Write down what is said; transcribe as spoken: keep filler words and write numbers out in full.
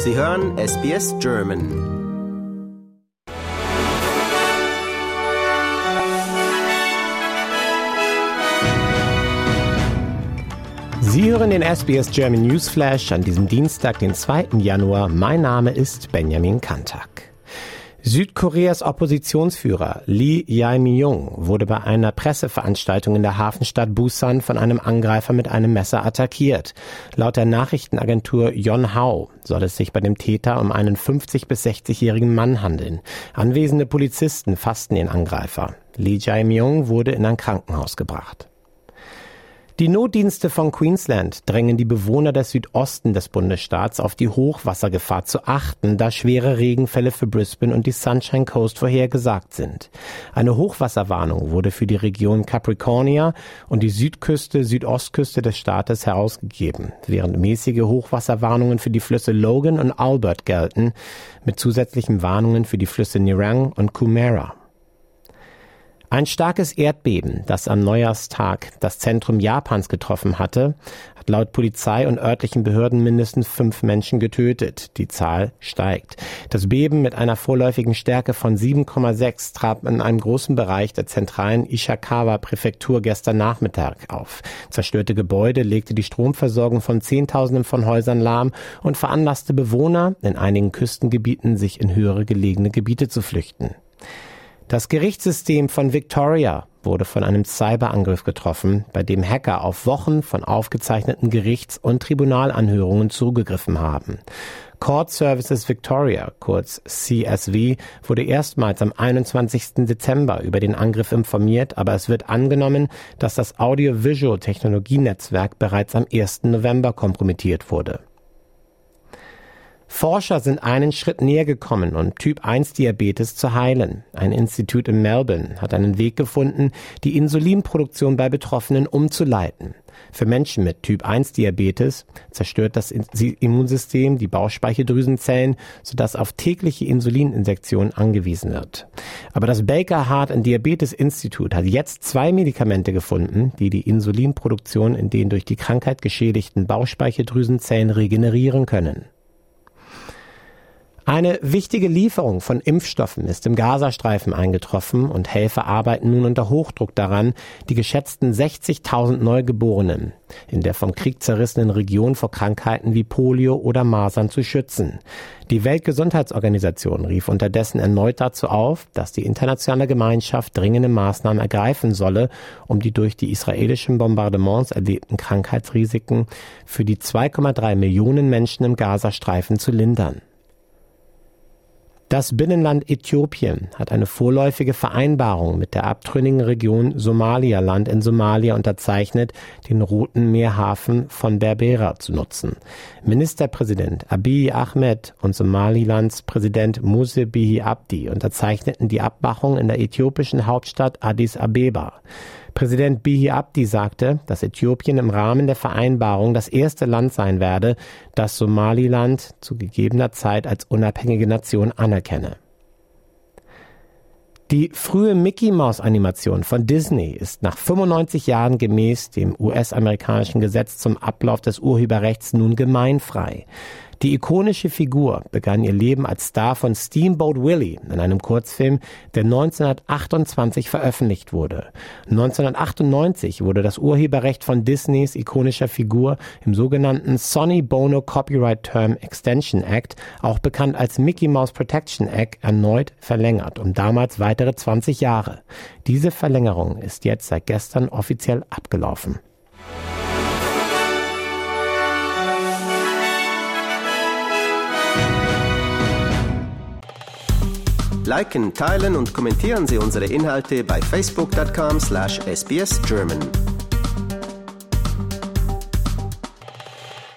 Sie hören S B S German. Sie hören den S B S German Newsflash an diesem Dienstag, den zweiten Januar. Mein Name ist Benjamin Kantak. Südkoreas Oppositionsführer Lee Jae-myung wurde bei einer Presseveranstaltung in der Hafenstadt Busan von einem Angreifer mit einem Messer attackiert. Laut der Nachrichtenagentur Yonhap soll es sich bei dem Täter um einen fünfzig- bis sechzigjährigen Mann handeln. Anwesende Polizisten fassten den Angreifer. Lee Jae-myung wurde in ein Krankenhaus gebracht. Die Notdienste von Queensland drängen die Bewohner des Südosten des Bundesstaats auf die Hochwassergefahr zu achten, da schwere Regenfälle für Brisbane und die Sunshine Coast vorhergesagt sind. Eine Hochwasserwarnung wurde für die Region Capricornia und die Südküste, Südostküste des Staates herausgegeben, während mäßige Hochwasserwarnungen für die Flüsse Logan und Albert gelten, mit zusätzlichen Warnungen für die Flüsse Nerang und Coomera. Ein starkes Erdbeben, das am Neujahrstag das Zentrum Japans getroffen hatte, hat laut Polizei und örtlichen Behörden mindestens fünf Menschen getötet. Die Zahl steigt. Das Beben mit einer vorläufigen Stärke von sieben Komma sechs trat in einem großen Bereich der zentralen Ishikawa-Präfektur gestern Nachmittag auf. Zerstörte Gebäude legte die Stromversorgung von Zehntausenden von Häusern lahm und veranlasste Bewohner in einigen Küstengebieten, sich in höhere gelegene Gebiete zu flüchten. Das Gerichtssystem von Victoria wurde von einem Cyberangriff getroffen, bei dem Hacker auf Wochen von aufgezeichneten Gerichts- und Tribunalanhörungen zugegriffen haben. Court Services Victoria, kurz C S V, wurde erstmals am einundzwanzigsten Dezember über den Angriff informiert, aber es wird angenommen, dass das Audio-Visual-Technologienetzwerk bereits am ersten November kompromittiert wurde. Forscher sind einen Schritt näher gekommen, um Typ eins Diabetes zu heilen. Ein Institut in Melbourne hat einen Weg gefunden, die Insulinproduktion bei Betroffenen umzuleiten. Für Menschen mit Typ eins Diabetes zerstört das Immunsystem die Bauchspeicheldrüsenzellen, sodass auf tägliche Insulininjektionen angewiesen wird. Aber das Baker Heart and Diabetes Institute hat jetzt zwei Medikamente gefunden, die die Insulinproduktion in den durch die Krankheit geschädigten Bauchspeicheldrüsenzellen regenerieren können. Eine wichtige Lieferung von Impfstoffen ist im Gazastreifen eingetroffen und Helfer arbeiten nun unter Hochdruck daran, die geschätzten sechzigtausend Neugeborenen in der vom Krieg zerrissenen Region vor Krankheiten wie Polio oder Masern zu schützen. Die Weltgesundheitsorganisation rief unterdessen erneut dazu auf, dass die internationale Gemeinschaft dringende Maßnahmen ergreifen solle, um die durch die israelischen Bombardements erlebten Krankheitsrisiken für die zwei Komma drei Millionen Menschen im Gazastreifen zu lindern. Das Binnenland Äthiopien hat eine vorläufige Vereinbarung mit der abtrünnigen Region Somaliland in Somalia unterzeichnet, den Roten Meerhafen von Berbera zu nutzen. Ministerpräsident Abiy Ahmed und Somalilands Präsident Muse Bihi Abdi unterzeichneten die Abmachung in der äthiopischen Hauptstadt Addis Abeba. Präsident Bihi Abdi sagte, dass Äthiopien im Rahmen der Vereinbarung das erste Land sein werde, das Somaliland zu gegebener Zeit als unabhängige Nation anerkenne. Die frühe Mickey-Maus-Animation von Disney ist nach fünfundneunzig Jahren gemäß dem U S-amerikanischen Gesetz zum Ablauf des Urheberrechts nun gemeinfrei. Die ikonische Figur begann ihr Leben als Star von Steamboat Willie in einem Kurzfilm, der neunzehnhundertachtundzwanzig veröffentlicht wurde. neunzehnhundertachtundneunzig wurde das Urheberrecht von Disneys ikonischer Figur im sogenannten Sonny Bono Copyright Term Extension Act, auch bekannt als Mickey Mouse Protection Act, erneut verlängert um damals weitere zwanzig Jahre. Diese Verlängerung ist jetzt seit gestern offiziell abgelaufen. Liken, teilen und kommentieren Sie unsere Inhalte bei facebook punkt com slash S B S German.